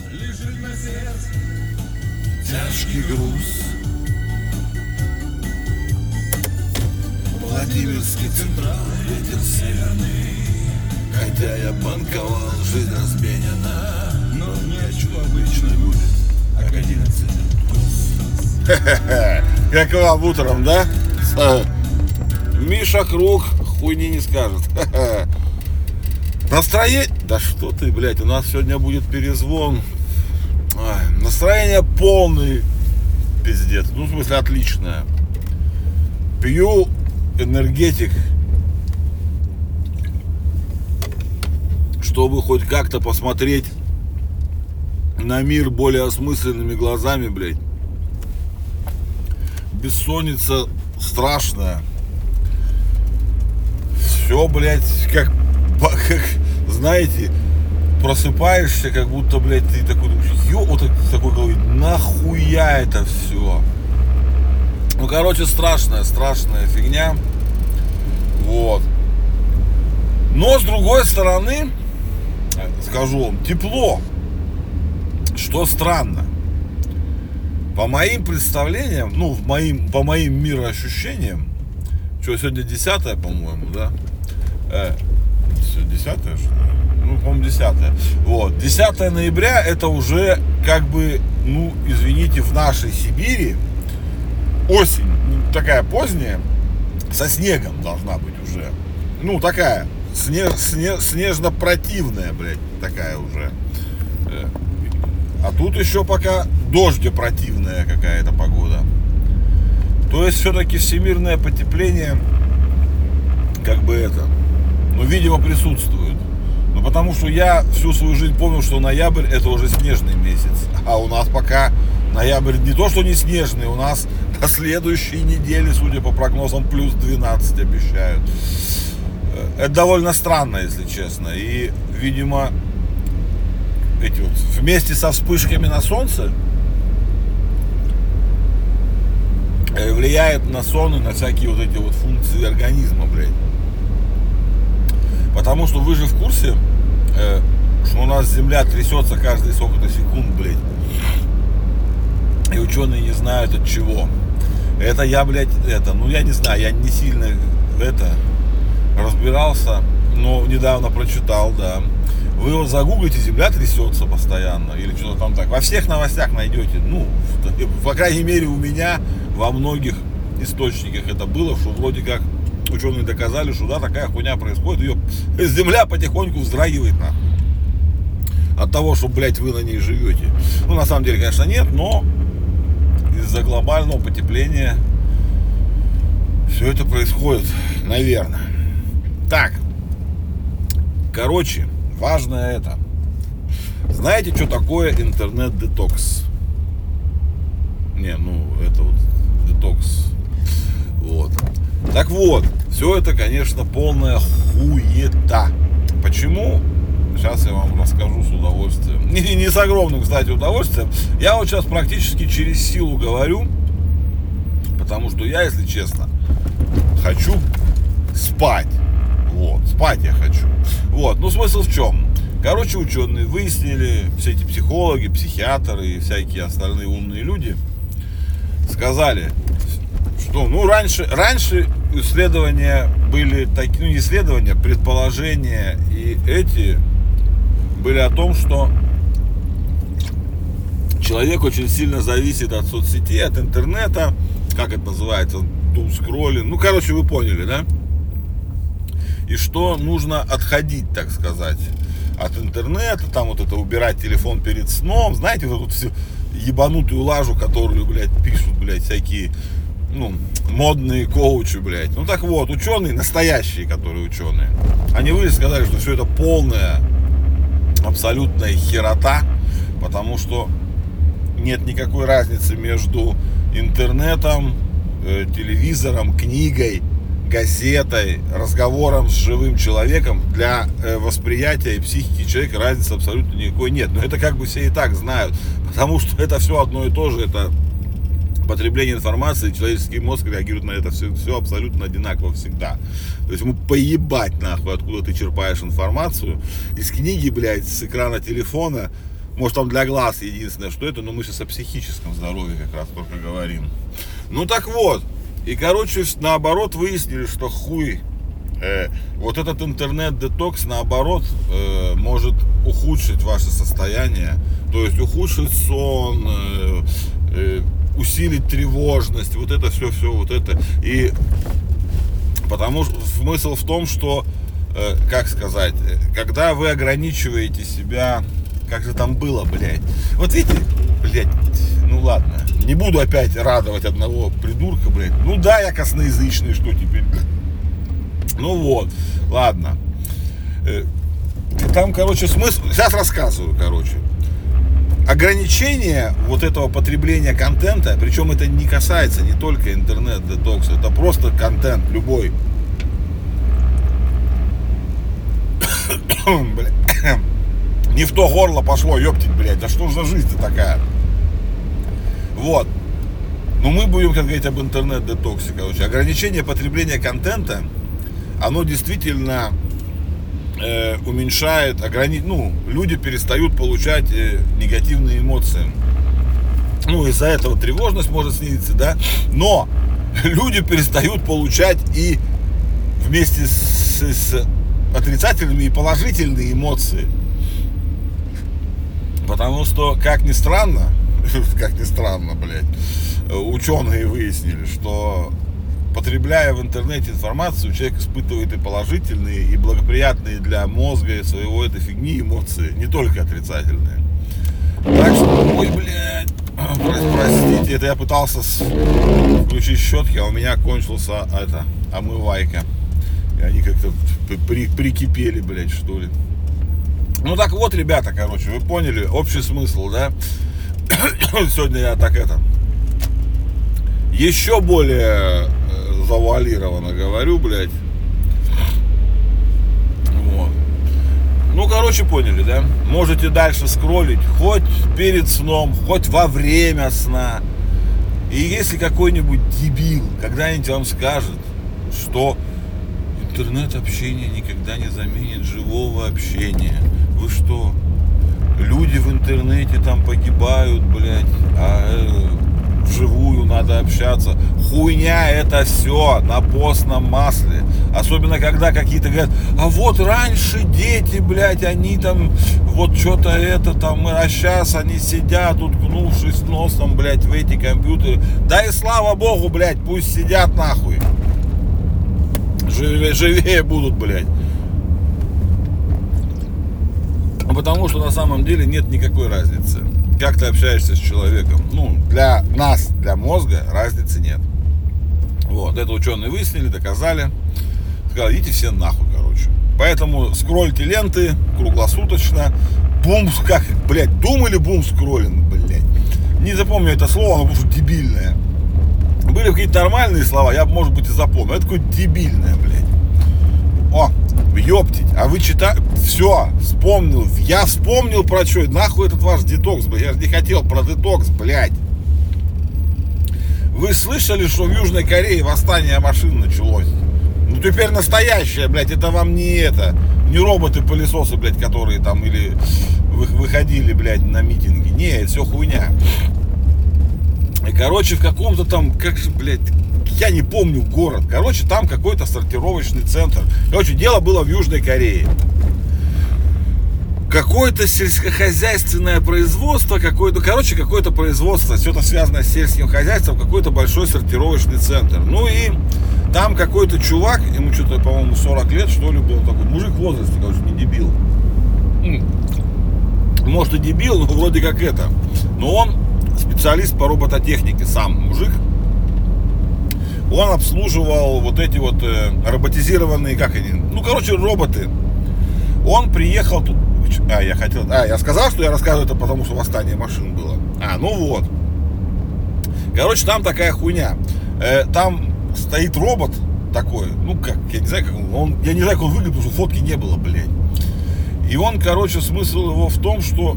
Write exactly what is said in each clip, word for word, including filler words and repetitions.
лежит на сердце тяжкий груз. Владимирский центральный, ветер северный. Хотя я банковал, жизнь разбенена, но не хочу обычно будет, а к одиннадцати туз. Как вам утром, да? Миша Круг хуйни не скажет. Настроение... Да что ты, блядь, у нас сегодня будет перезвон. Ой, настроение полный пиздец. Ну, в смысле, отличное. Пью энергетик, чтобы хоть как-то посмотреть на мир более осмысленными глазами, блядь. Бессонница страшная. Все, блядь, как, как, знаете, просыпаешься, как будто, блядь, ты такой, ё, вот такой головой, нахуя это все? Ну, короче, страшная, страшная фигня. Вот. Но, с другой стороны, скажу вам, тепло. Что странно. По моим представлениям, ну, в моим, по моим мироощущениям, что, сегодня десятое, по-моему, да? Э, десятое, что ли? Ну, по-моему, десятое. Вот. десятое ноября это уже, как бы, ну, извините, в нашей Сибири осень, такая поздняя, со снегом должна быть уже. Ну, такая, снеж, снеж, снежно-противная, блядь, такая уже. А тут еще пока дождя противная какая-то погода. То есть все-таки всемирное потепление, как бы это, ну, видимо, присутствует. Ну, потому что я всю свою жизнь помнил, что ноябрь это уже снежный месяц. А у нас пока ноябрь не то, что не снежный, у нас на следующей неделе, судя по прогнозам, плюс двенадцать обещают. Это довольно странно, если честно. И, видимо, эти вот вместе со вспышками на солнце влияет на сон и на всякие вот эти вот функции организма, блядь. Потому что вы же в курсе, что у нас Земля трясется каждые сколько-то секунд, блядь. И ученые не знают от чего. Это я, блядь, это, ну я не знаю, я не сильно это разбирался, но недавно прочитал, да. Вы вот загуглите, Земля трясется постоянно, или что-то там так. Во всех новостях найдете, ну, по крайней мере у меня во многих источниках это было, что вроде как ученые доказали, что да, такая хуйня происходит, ее Земля потихоньку вздрагивает нахуй. От того, что, блядь, вы на ней живете. Ну, на самом деле, конечно, нет, но из-за глобального потепления все это происходит, наверное. Так, короче, важно это. Знаете, что такое интернет-детокс? Не, ну, это вот детокс. Вот. Так вот, все это, конечно, полная хуета. Почему? Сейчас я вам расскажу с удовольствием. Не, не с огромным, кстати, удовольствием. Я вот сейчас практически через силу говорю, потому что я, если честно, хочу спать. Вот, спать я хочу. Вот, ну смысл в чем? Короче, ученые выяснили, все эти психологи, психиатры и всякие остальные умные люди сказали, что, ну, раньше, раньше исследования были такие, ну, не исследования, предположения, и эти были о том, что человек очень сильно зависит от соцсетей, от интернета, как это называется, дум-скроллинг, ну, короче, вы поняли, да? И что нужно отходить, так сказать, от интернета, там вот это убирать телефон перед сном, знаете, вот эту всю ебанутую лажу, которую, блядь, пишут, блядь, всякие, ну, модные коучи, блядь. Ну так вот, ученые, настоящие, которые ученые, они вылезли, сказали, что все это полная, абсолютная херота, потому что нет никакой разницы между интернетом, э, телевизором, книгой, газетой, разговором с живым человеком. Для э, восприятия и психики человека разницы абсолютно никакой нет. Но это как бы все и так знают, потому что это все одно и то же. Это потребление информации, человеческий мозг реагирует на это все, все абсолютно одинаково всегда. То есть ему поебать нахуй, откуда ты черпаешь информацию. Из книги, блядь, с экрана телефона Может, там для глаз единственное, что это, но мы сейчас о психическом здоровье как раз только говорим. Ну так вот, и короче, наоборот, выяснили, что хуй, э, вот этот интернет-детокс, наоборот, э, может ухудшить ваше состояние, то есть ухудшить сон, э, э, усилить тревожность, вот это все, все, вот это. И потому что смысл в том, что, э, как сказать, когда вы ограничиваете себя, как же там было, блядь, вот видите, блядь, ну ладно, не буду опять радовать одного придурка, блядь, ну да, я косноязычный, что теперь, ну вот, ладно, э, там, короче, смысл, сейчас рассказываю, короче. Ограничение вот этого потребления контента, причем это не касается не только интернет-детокса, это просто контент любой. Не в то горло пошло, ёптить, блядь, да что ж за жизнь-то такая? Вот. Но мы будем, как говорить, об интернет-детоксе, короче. Ограничение потребления контента, оно действительно Э, уменьшает, ограни... ну, люди перестают получать э, негативные эмоции. Ну, из-за этого тревожность может снизиться, да, но люди перестают получать и вместе с, с отрицательными и положительные эмоции. Потому что, как ни странно, как ни странно, блядь, ученые выяснили, что потребляя в интернете информацию, человек испытывает и положительные, и благоприятные для мозга и своего этой фигни эмоции, не только отрицательные. Так что, ой, блядь, простите, это я пытался включить щетки, а у меня кончился это, омывайка. И они как-то при, прикипели, блядь, что ли. Ну так вот, ребята, короче, вы поняли общий смысл, да? Сегодня я так это еще более завуалированно говорю, блядь. Вот. Ну, короче, поняли, да? Можете дальше скроллить хоть перед сном, хоть во время сна. И если какой-нибудь дебил когда-нибудь вам скажет, что интернет-общение никогда не заменит живого общения, вы что? Люди в интернете там погибают, блядь, а вживую надо общаться. Хуйня это все на постном масле. Особенно когда какие-то говорят, а вот раньше дети, блядь, они там вот что-то это там, а сейчас они сидят, уткнувшись носом, блядь, в эти компьютеры. Да и слава богу, блядь, пусть сидят нахуй. Живее, живее будут, блядь. Потому что на самом деле нет никакой разницы, как ты общаешься с человеком. Ну, для нас, для мозга разницы нет. Вот, это ученые выяснили, доказали. Сказали, идите все нахуй, короче. Поэтому скрольте ленты круглосуточно. Бум, как, блядь, дум или бум скроллинг, блядь. Не запомню это слово, оно потому что дебильное. Были какие-то нормальные слова, я бы, может быть, и запомнил. Это такое дебильное, блядь. О, ёптить, а вы читаете, все, вспомнил, я вспомнил про что, нахуй этот ваш детокс, блядь, я же не хотел про детокс, блядь. Вы слышали, что в Южной Корее восстание машин началось? Ну теперь настоящее, блядь, это вам не это, не роботы-пылесосы, блядь, которые там или выходили, блядь, на митинги, не, это все хуйня. И, короче, в каком-то там, как же, блядь, я не помню город. Короче, там какой-то сортировочный центр. Короче, дело было в Южной Корее. Какое-то сельскохозяйственное производство, какое-то, короче, какое-то производство, что-то связанное с сельским хозяйством, какой-то большой сортировочный центр. Ну и там какой-то чувак, ему что-то, по-моему, сорок лет, что ли, был такой мужик в возрасте, короче, не дебил. Может и дебил, но вроде как это. Но он специалист по робототехнике, сам мужик. Он обслуживал вот эти вот э, роботизированные, как они, ну, короче, роботы. Он приехал тут, а, я хотел, а, я сказал, что я рассказываю это, потому что восстание машин было. А, ну вот. Короче, там такая хуйня. Э, там стоит робот такой, ну, как, я не знаю, как он, он, я не знаю, как он выглядит, потому что фотки не было, блядь. И он, короче, смысл его в том, что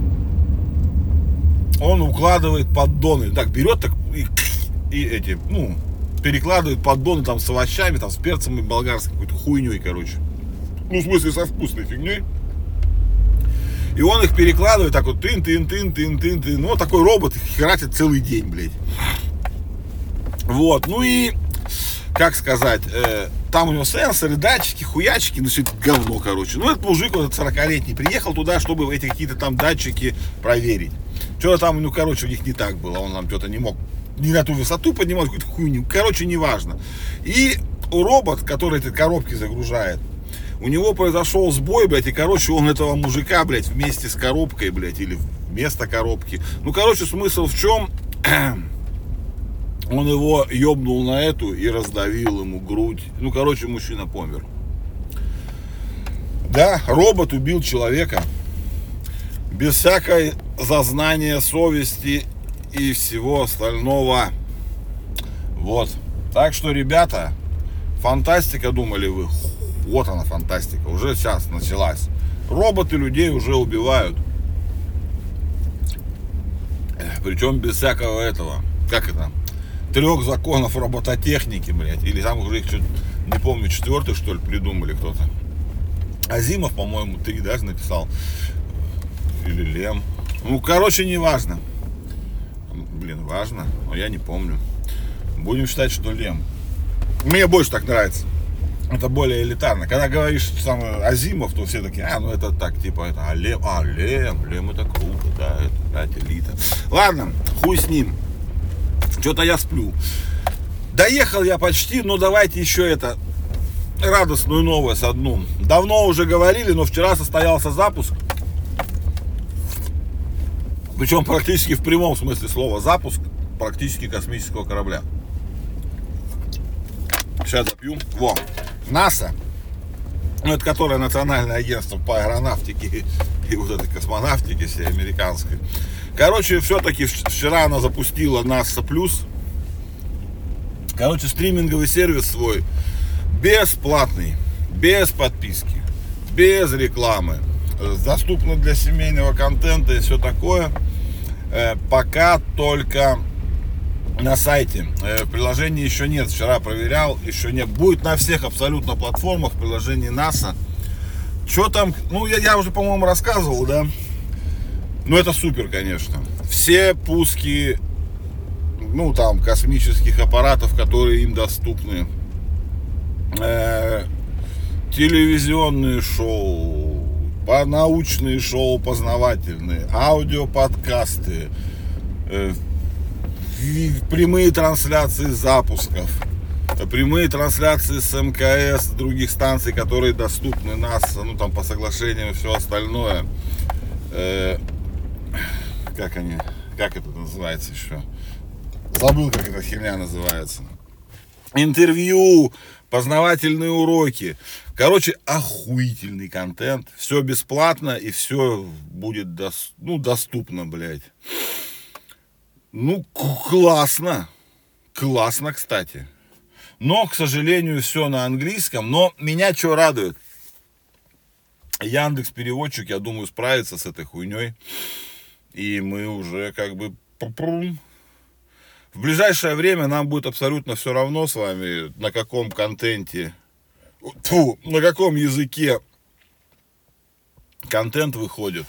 он укладывает поддоны, так, берет так и, и эти, ну, перекладывает поддоны там с овощами, там с перцем и болгарской какой-то хуйней, короче. Ну, в смысле, со вкусной фигней. И он их перекладывает так вот, тын-тын-тын-тын-тын-тын. Ну, вот такой робот их херачит целый день, блядь. Вот, ну и, как сказать, э, там у него сенсоры, датчики, хуячки, ну, все это говно, короче. Ну, этот мужик, вот этот сорокалетний, приехал туда, чтобы эти какие-то там датчики проверить. Что-то там, ну, короче, у них не так было, он там что-то не мог, не на ту высоту поднимать, какую-то хуйню, короче, неважно. И робот, который эти коробки загружает, у него произошел сбой, блядь, и, короче, он этого мужика, блядь, вместе с коробкой, блядь, или вместо коробки. Ну, короче, смысл в чем? Он его ёбнул на эту и раздавил ему грудь. Ну, короче, мужчина помер. Да, робот убил человека. Без всякой зазнания совести и всего остального. Вот. Так что, ребята, фантастика, думали вы? Вот она, фантастика. Уже сейчас началась. Роботы людей уже убивают. Причем без всякого этого. Как это? Трех законов робототехники, блядь. Или там уже их, не помню, четвертый, что ли, придумали кто-то. Азимов, по-моему, три даже написал. Или Лем. Ну, короче, не важно. Блин, важно, но я не помню. Будем считать, что Лем. Мне больше так нравится. Это более элитарно. Когда говоришь сам Азимов, то все такие, а, ну это так, типа, это, а Лем, а, Лем, Лем это круто, да, это, опять элита. Ладно, хуй с ним. Что-то я сплю. Доехал я почти, но давайте еще это, радостную новость одну. Давно уже говорили, но вчера состоялся запуск. Причем практически в прямом смысле слова запуск практически космического корабля. Сейчас допью. Во. НАСА, ну это которое национальное агентство по аэронавтике и, и вот этой космонавтике всей американской. Короче, все-таки вчера она запустила НАСА плюс. Короче, стриминговый сервис свой бесплатный, без подписки, без рекламы, доступно для семейного контента и все такое. Пока только на сайте. Приложения еще нет. Вчера проверял, еще нет. Будет на всех абсолютно платформах приложение НАСА. Что там? Ну, я, я уже, по-моему, рассказывал, да? Ну, это супер, конечно. Все пуски, ну, там, космических аппаратов, которые им доступны. Э, телевизионные шоу, научные шоу познавательные, аудиоподкасты, э, прямые трансляции запусков, прямые трансляции с МКС, других станций, которые доступны НАСА, ну, там, по соглашениям и все остальное. Э, Как они, как это называется еще? Забыл, как эта херня называется. Интервью, познавательные уроки. Короче, охуительный контент. Все бесплатно и все будет дос, ну, доступно, блядь. Ну, классно. Классно, кстати. Но, к сожалению, все на английском. Но меня что радует? Яндекс.Переводчик, я думаю, справится с этой хуйней. И мы уже как бы в ближайшее время нам будет абсолютно все равно с вами, на каком контенте, тьфу, на каком языке контент выходит.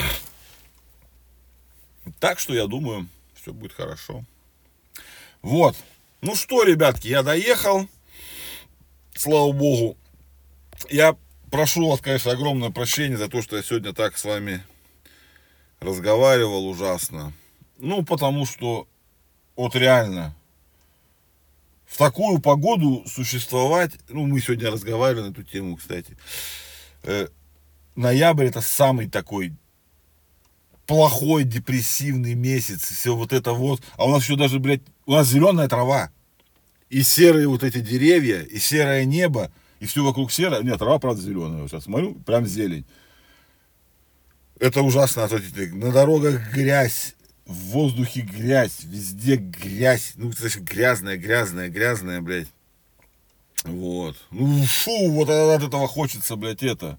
Так что я думаю, все будет хорошо. Вот. Ну что, ребятки, я доехал. Слава богу. Я прошу вас, конечно, огромное прощение за то, что я сегодня так с вами разговаривал ужасно. Ну, потому что вот реально в такую погоду существовать, ну, мы сегодня разговаривали на эту тему, кстати. Э, ноябрь — это самый такой плохой, депрессивный месяц. Все вот это вот. А у нас еще даже, блядь, у нас зеленая трава. И серые вот эти деревья, и серое небо, и все вокруг серое. Нет, трава, правда, зеленая. Вот сейчас смотрю, прям зелень. Это ужасно отвратительно. На дорогах грязь, в воздухе грязь, везде грязь. Ну, значит, грязная, грязная, грязная, блядь. Вот. Ну, фу, вот от этого хочется, блядь, это.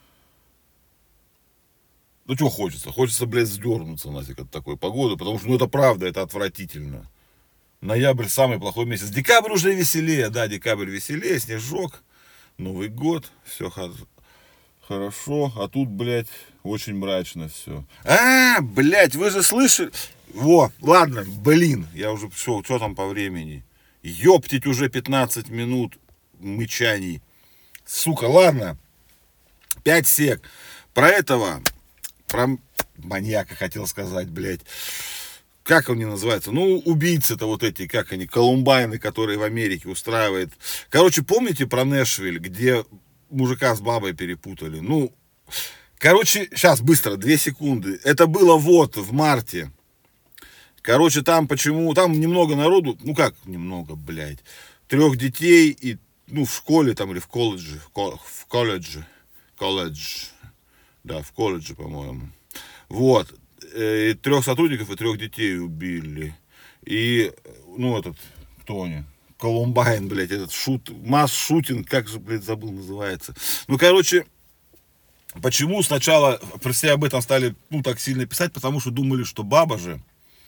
Ну, что хочется? Хочется, блядь, сдернуться нафиг от такой погоды, потому что, ну, это правда, это отвратительно. Ноябрь самый плохой месяц. Декабрь уже веселее, да, декабрь веселее, снежок, Новый год, все хорошо. А тут, блядь, Очень мрачно все. А, блядь, вы же слышали? Во, ладно, блин, я уже, все, что там по времени? Ёптить, уже пятнадцать минут мычаний. Сука, ладно. Пять сек. Про этого, про маньяка хотел сказать, блядь. Как они называются? Ну, убийцы-то вот эти, как они, колумбайны, которые в Америке устраивают. Короче, помните про Нэшвилл, где мужика с бабой перепутали? Ну, короче, сейчас, быстро, две секунды. Это было вот, в марте. Короче, там почему, там немного народу, ну как немного, блядь, трех детей и, ну, в школе там или в колледже, в колледже, колледж, да, в колледже, по-моему. Вот, и трех сотрудников и трех детей убили. И, ну, этот, кто они? Колумбайн, блядь, этот шут, масс-шутинг, как же, блядь, забыл, называется. Ну, короче, почему сначала все об этом стали, ну, так сильно писать, потому что думали, что баба же,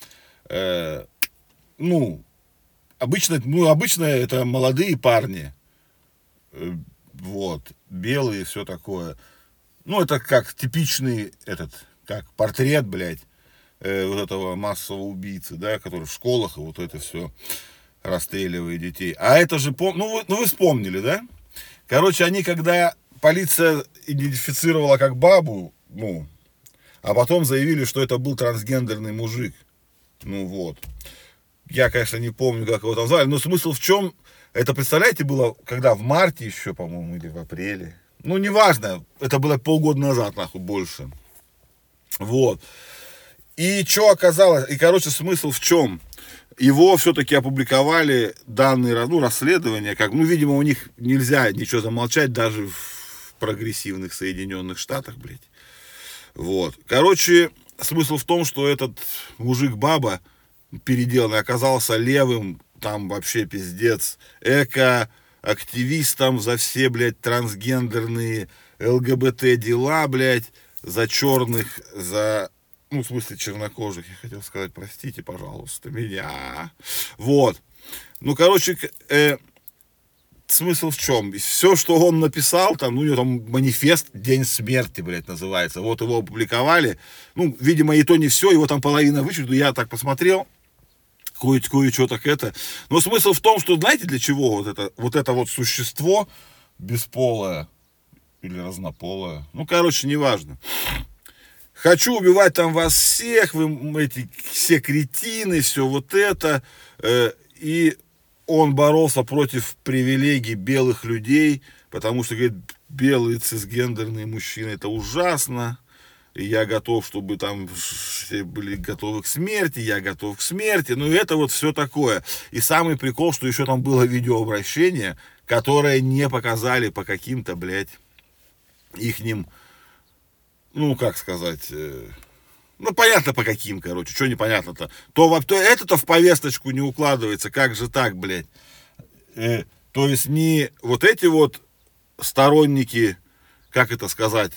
Э, ну, обычно, ну, обычно это молодые парни, э, вот, белые, все такое. Ну, это как типичный этот, как портрет, блядь, э, вот этого массового убийцы, да, который в школах и вот это все расстреливает детей. А это же, пом... ну, вы, ну, вы вспомнили, да? Короче, они, когда полиция идентифицировала как бабу, ну, а потом заявили, что это был трансгендерный мужик. Ну вот. Я, конечно, не помню, как его там звали, но смысл в чем? Это, представляете, было, когда в марте еще, по-моему, или в апреле. Ну, неважно, это было полгода назад, нахуй, больше. Вот. И что оказалось? И, короче, смысл в чем? Его все-таки опубликовали, данные, ну, расследования, как, ну, видимо, у них нельзя ничего замолчать, даже в прогрессивных Соединенных Штатах, блядь. Вот. Короче, смысл в том, что этот мужик-баба переделанный оказался левым, там вообще пиздец, эко-активистом за все, блядь, трансгендерные ЛГБТ дела, блядь, за черных, за, ну, в смысле чернокожих, я хотел сказать, простите, пожалуйста, меня. Вот. Ну, короче, э, смысл в чем? Все, что он написал, там, ну, у него там манифест «День смерти», блядь, называется. Вот его опубликовали. Ну, видимо, и то не все, его там половина вычеркнула. Я так посмотрел, кое-что так это. Но смысл в том, что, знаете, для чего вот это вот, это вот существо бесполое или разнополое? Ну, короче, неважно. Хочу убивать там вас всех, вы эти все кретины, все вот это. Э, и... Он боролся против привилегий белых людей, потому что, говорит, белые цисгендерные мужчины, это ужасно. И я готов, чтобы там все были готовы к смерти, я готов к смерти. Ну, это вот все такое. И самый прикол, что еще там было видеообращение, которое не показали по каким-то, блядь, ихним, ну, как сказать... Ну, понятно по каким, короче, что непонятно-то. То, то это-то в повесточку не укладывается, как же так, блядь. Э, то есть не вот эти вот сторонники, как это сказать,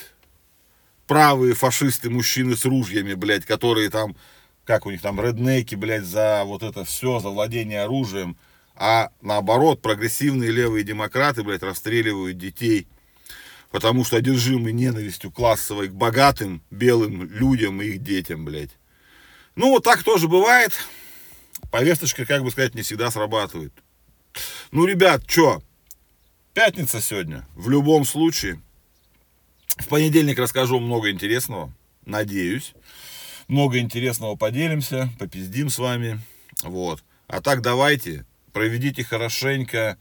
правые фашисты, мужчины с ружьями, блядь, которые там, как у них там, реднеки, блядь, за вот это все, за владение оружием, а наоборот, прогрессивные левые демократы, блядь, расстреливают детей. Потому что одержимы ненавистью классовой к богатым белым людям и их детям, блядь. Ну, вот так тоже бывает. Повесточка, как бы сказать, не всегда срабатывает. Ну, ребят, что? Пятница сегодня. В любом случае. В понедельник расскажу много интересного. Надеюсь. Много интересного поделимся, попиздим с вами. Вот. А так давайте, проведите хорошенько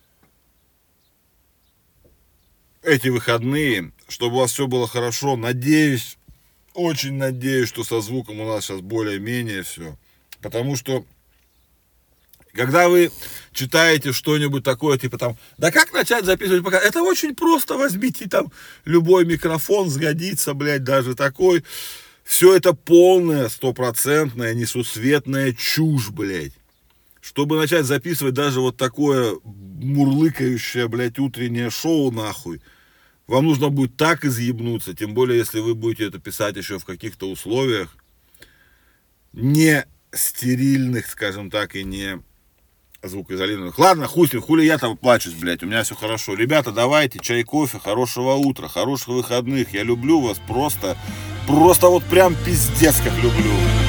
эти выходные, чтобы у вас все было хорошо. Надеюсь, очень надеюсь, что со звуком у нас сейчас более-менее все. Потому что, когда вы читаете что-нибудь такое, типа там, да как начать записывать пока? Это очень просто, возьмите там любой микрофон, сгодится, блядь, даже такой. Все это полная, стопроцентная, несусветная чушь, блядь. Чтобы начать записывать даже вот такое мурлыкающее, блядь, утреннее шоу, нахуй, вам нужно будет так изъебнуться, тем более, если вы будете это писать еще в каких-то условиях не стерильных, скажем так, и не звукоизолированных. Ладно, хуй с ним, хули я там плачусь, блядь, у меня все хорошо. Ребята, давайте, чай, кофе, хорошего утра, хороших выходных. Я люблю вас просто, просто вот прям пиздец как люблю.